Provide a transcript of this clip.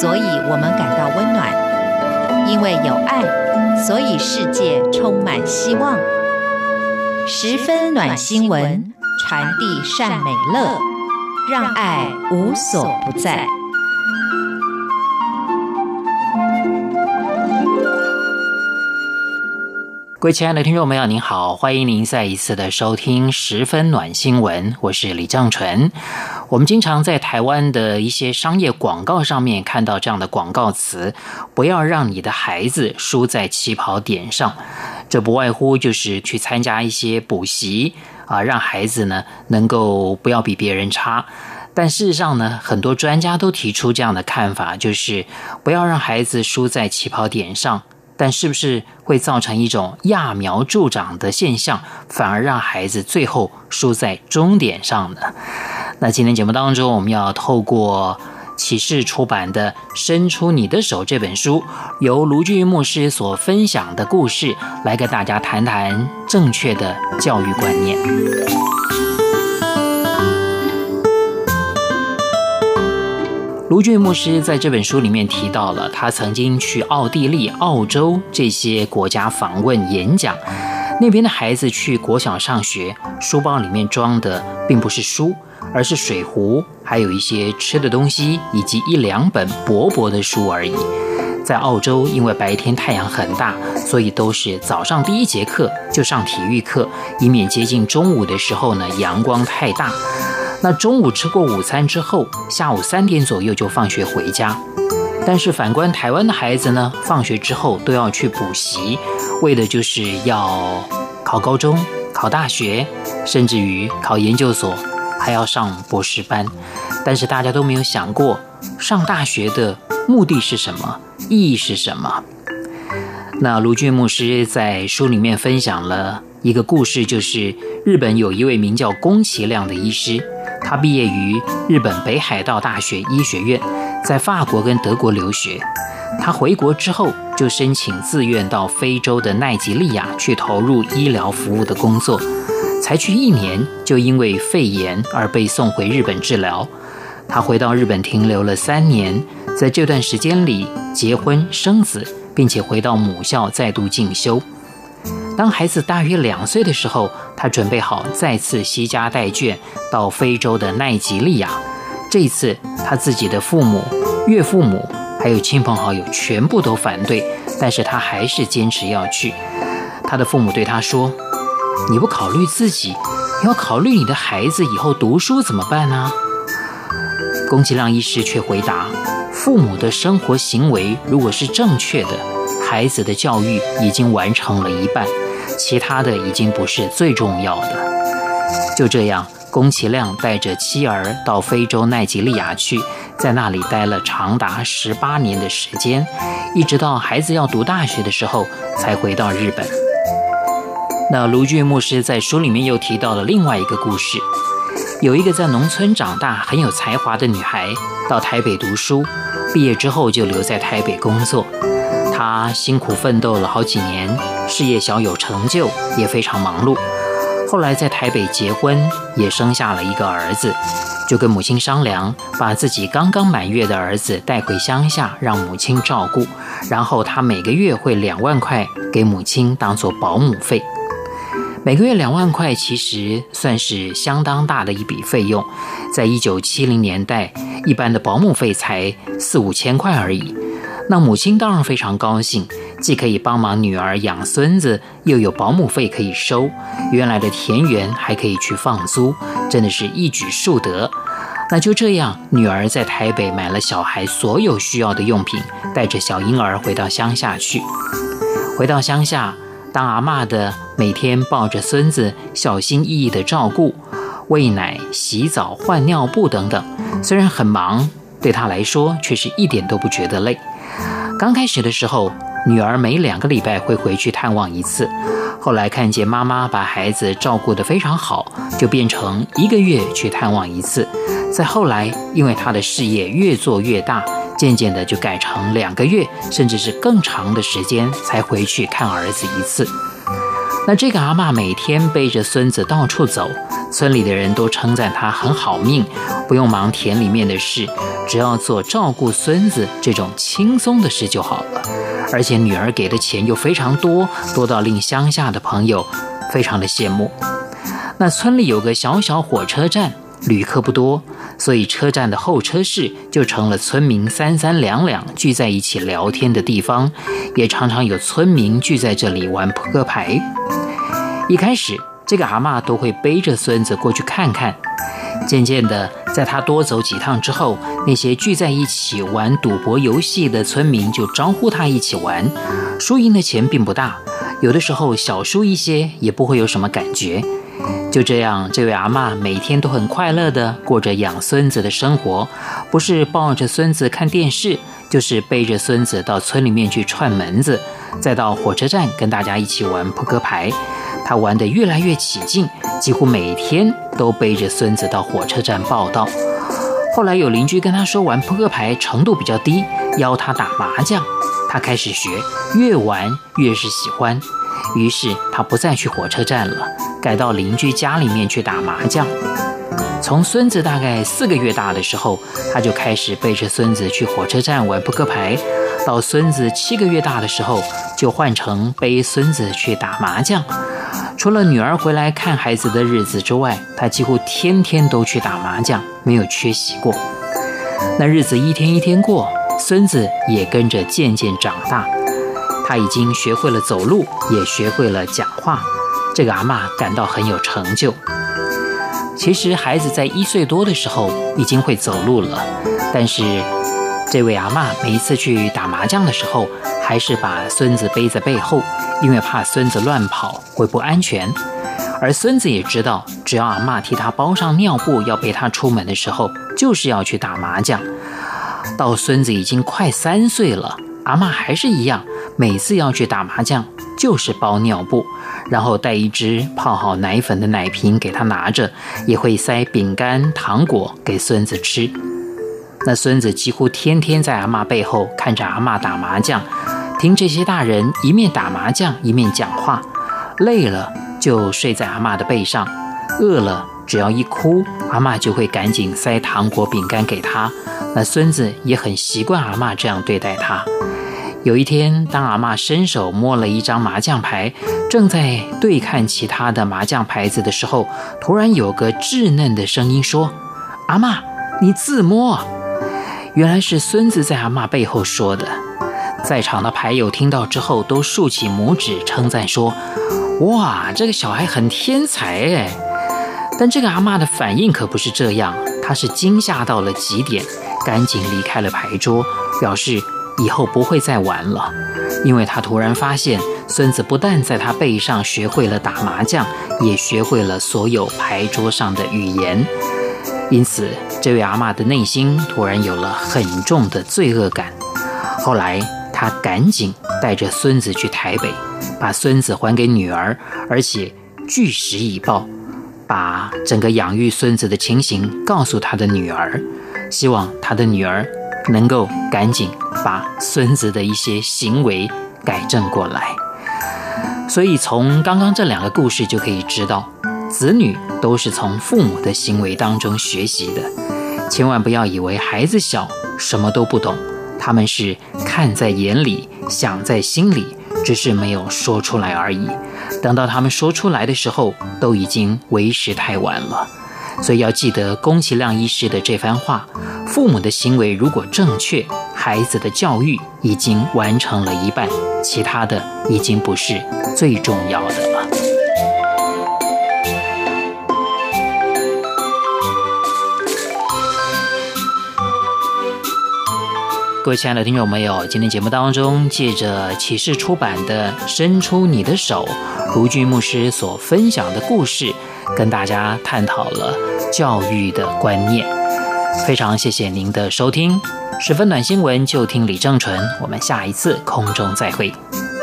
所以我们感到温暖；因为有爱，所以世界充满希望。十分暖新闻，传递善美乐，让爱无所不在。 各位亲爱的听众朋友您好，欢迎您再一次的收听十分暖新闻，我是李正纯。我们经常在台湾的一些商业广告上面看到这样的广告词，不要让你的孩子输在起跑点上。这不外乎就是去参加一些补习让孩子呢能够不要比别人差。但事实上呢，很多专家都提出这样的看法，就是不要让孩子输在起跑点上，但是不是会造成一种揠苗助长的现象，反而让孩子最后输在终点上呢？那今天节目当中，我们要透过启示出版的《伸出你的手》这本书，由卢俊义牧师所分享的故事，来跟大家谈谈正确的教育观念。卢俊义牧师在这本书里面提到了，他曾经去奥地利、澳洲这些国家访问演讲，那边的孩子去国小上学，书包里面装的并不是书，而是水壶，还有一些吃的东西，以及一两本薄薄的书而已。在澳洲，因为白天太阳很大，所以都是早上第一节课就上体育课，以免接近中午的时候呢，阳光太大。那中午吃过午餐之后，下午3点左右就放学回家。但是反观台湾的孩子呢，放学之后都要去补习，为的就是要考高中、考大学，甚至于考研究所，还要上博士班。但是大家都没有想过，上大学的目的是什么，意义是什么？那卢俊牧师在书里面分享了一个故事，就是日本有一位名叫宫崎亮的医师，他毕业于日本北海道大学医学院，在法国跟德国留学。他回国之后就申请自愿到非洲的奈及利亚去投入医疗服务的工作，才去1年就因为肺炎而被送回日本治疗。他回到日本停留了3年，在这段时间里结婚生子，并且回到母校再度进修。当孩子大约2岁的时候，他准备好再次携家带眷到非洲的奈及利亚。这一次他自己的父母、岳父母还有亲朋好友全部都反对，但是他还是坚持要去。他的父母对他说，你不考虑自己，你要考虑你的孩子以后读书怎么办呢？宫崎亮医师却回答，父母的生活行为如果是正确的，孩子的教育已经完成了一半，其他的已经不是最重要的。就这样，宫崎亮带着妻儿到非洲奈及利亚去，在那里待了长达18年的时间，一直到孩子要读大学的时候才回到日本。那卢俊牧师在书里面又提到了另外一个故事，有一个在农村长大很有才华的女孩到台北读书，毕业之后就留在台北工作。她辛苦奋斗了好几年，事业小有成就，也非常忙碌。后来在台北结婚，也生下了一个儿子，就跟母亲商量，把自己刚刚满月的儿子带回乡下让母亲照顾，然后他每个月会2万块给母亲当做保姆费。每个月2万块其实算是相当大的一笔费用，在1970年代，一般的保姆费才4-5千块而已。那母亲当然非常高兴，既可以帮忙女儿养孙子，又有保姆费可以收，原来的田园还可以去放租，真的是一举数得。那就这样，女儿在台北买了小孩所有需要的用品，带着小婴儿回到乡下去。回到乡下，当阿嬷的每天抱着孙子小心翼翼的照顾，喂奶、洗澡、换尿布等等，虽然很忙，对她来说却是一点都不觉得累。刚开始的时候，女儿每2个礼拜会回去探望一次，后来看见妈妈把孩子照顾得非常好，就变成1个月去探望一次。再后来，因为她的事业越做越大，渐渐的就改成2个月，甚至是更长的时间才回去看儿子一次。 那这个阿嬷每天背着孙子到处走，村里的人都称赞她很好命，不用忙田里面的事，只要做照顾孙子这种轻松的事就好了。而且女儿给的钱又非常多，多到令乡下的朋友非常的羡慕。那村里有个小小火车站，旅客不多，所以车站的候车室就成了村民三三两两聚在一起聊天的地方，也常常有村民聚在这里玩扑克牌。一开始这个阿嬷都会背着孙子过去看看，渐渐的在她多走几趟之后，那些聚在一起玩赌博游戏的村民就招呼她一起玩，输赢的钱并不大，有的时候小输一些也不会有什么感觉。就这样，这位阿嬷每天都很快乐地过着养孙子的生活，不是抱着孙子看电视，就是背着孙子到村里面去串门子，再到火车站跟大家一起玩扑克牌。她玩得越来越起劲，几乎每天都背着孙子到火车站报到。后来有邻居跟她说玩扑克牌程度比较低，邀她打麻将，她开始学，越玩越是喜欢。于是她不再去火车站了，改到邻居家里面去打麻将。从孙子大概4个月大的时候，她就开始背着孙子去火车站玩扑克牌，到孙子7个月大的时候，就换成背孙子去打麻将。除了女儿回来看孩子的日子之外，她几乎天天都去打麻将，没有缺席过。那日子一天一天过，孙子也跟着渐渐长大，他已经学会了走路，也学会了讲话。这个阿嬷感到很有成就。其实孩子在1岁多的时候已经会走路了，但是这位阿嬷每一次去打麻将的时候，还是把孙子背在背后，因为怕孙子乱跑会不安全。而孙子也知道，只要阿嬷替他包上尿布要陪他出门的时候，就是要去打麻将。到孙子已经快3岁了，阿嬷还是一样，每次要去打麻将就是包尿布，然后带一只泡好奶粉的奶瓶给他拿着，也会塞饼干糖果给孙子吃。那孙子几乎天天在阿嬷背后看着阿嬷打麻将，听这些大人一面打麻将一面讲话，累了就睡在阿嬷的背上，饿了只要一哭，阿嬷就会赶紧塞糖果饼干给他。那孙子也很习惯阿嬷这样对待他。有一天，当阿嬷伸手摸了一张麻将牌，正在对看其他的麻将牌子的时候，突然有个稚嫩的声音说：“阿嬷，你自摸。”原来是孙子在阿嬷背后说的。在场的牌友听到之后都竖起拇指称赞说：“哇，这个小孩很天才哎！”但这个阿嬷的反应可不是这样，她是惊吓到了极点，赶紧离开了牌桌，表示以后不会再玩了。因为她突然发现，孙子不但在她背上学会了打麻将，也学会了所有牌桌上的语言。因此这位阿嬷的内心突然有了很重的罪恶感。后来她赶紧带着孙子去台北，把孙子还给女儿，而且据实以报，把整个养育孙子的情形告诉他的女儿，希望他的女儿能够赶紧把孙子的一些行为改正过来。所以从刚刚这2个故事就可以知道，子女都是从父母的行为当中学习的。千万不要以为孩子小什么都不懂，他们是看在眼里，想在心里，只是没有说出来而已。等到他们说出来的时候，都已经为时太晚了。所以要记得宫崎亮医师的这番话，父母的行为如果正确，孩子的教育已经完成了一半，其他的已经不是最重要的了。各位亲爱的听众朋友，今天节目当中借着启示出版的《伸出你的手》，卢俊牧师所分享的故事，跟大家探讨了教育的观念。非常谢谢您的收听，10分暖新闻就听李正淳，我们下一次空中再会。